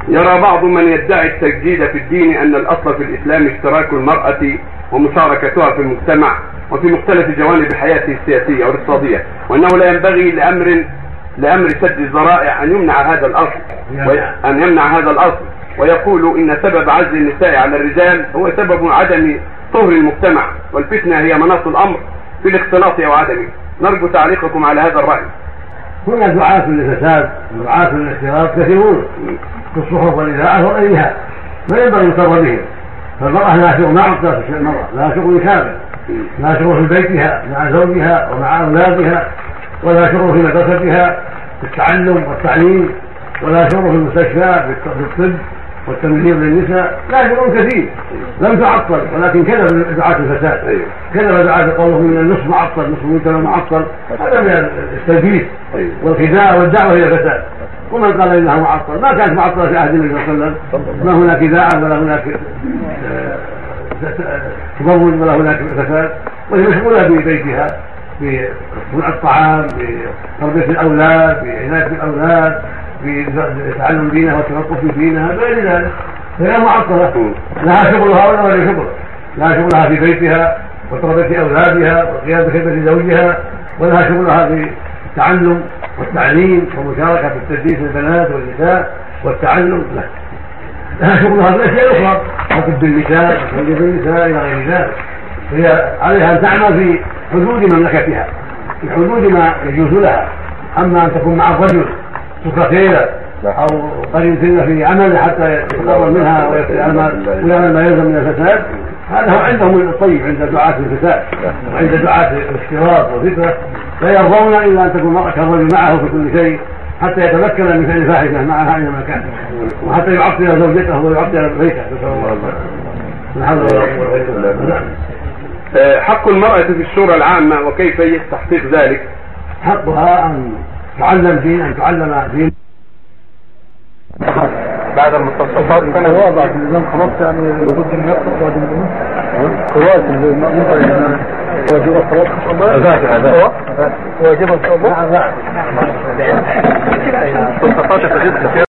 يرى بعض من يدعي التجديد في الدين أن الأصل في الإسلام اشتراك المرأة ومشاركتها في المجتمع وفي مختلف جوانب حياته السياسية والاقتصادية، وأنه لا ينبغي لأمر سد الذرائع أن يمنع هذا الأصل، ويقول إن سبب عزل النساء على الرجال هو سبب عدم طهر المجتمع، والفتنة هي مناص الأمر في الاختلاط أو عدمه. نرجو تعليقكم على هذا الرأي. هناك دعاة للفساد ودعاة للاختلاط كثيرون في الصحف والإذاعة وغيرها، ما ينبغي يضطر بهم. فالمرأة لا شغل، ما عطلت المرأة لا شغل كامل، لا شغل في بيتها مع زوجها ومع أولادها، ولا شغل في مدرستها في التعلم والتعليم، ولا شغل في المستشفى في الطب والتمريض للنساء، لا شغل كثير لم تعطل، ولكن كذب دعاة الفساد، كذب دعاة قوله من النصف معطل نصف المجتمع معطل، هذا من التلبيس والخداع والدعوة إلى الفساد. ومن قال إنها معطل ما كانت معطلة في عهد النبي صلى الله عليه وسلم، ما هناك خداع ولا هناك تمول ولا هناك فساد، وهي مشغولة ببيتها بصنع الطعام، بتربية الأولاد، بعناية الأولاد، بتعلم دينها والتفقه في دينها، غير ذلك فهي معطلة، لها شغلها ولا غير شغلها، لها شغلها في بيتها وتربية أولادها والقيام بخدمة زوجها، ولها شغلها في التعلم والتعليم ومشاركة في التدريس للبنات والنساء والتعلم، لها شغلها في الأشياء الأخرى كطب النساء وتنظيف النساء إلى غير ذلك. هي عليها أن تعمل في حدود مملكتها، في حدود ما يجوز لها. أما أن تكون مع الرجل سكرتيرة أو قرينة في عمله حتى يتقرب منها ويعمل ما يلزم من الفساد، هذا هو عندهم الطيب عند دعاة الفساد وعند دعاة الاختلاط والفتنة، لا يرضون إلا أن تكون المرأة كالرجل معه في كل شيء حتى يتمكن من فعل الفاحشة معها أينما كان، وحتى يعطل زوجته ويعطل بيته. حق المرأة في الشورى العامة وكيف تحقيق ذلك؟ حقها أن تعلم دين، أن تعلم دين بعد المتصفات كان واضع في النظام خلاص، يعني لابد ان يقرأ بعد قراءة واجبات خلاص ان شاء الله، واجبات ان شاء الله. نعم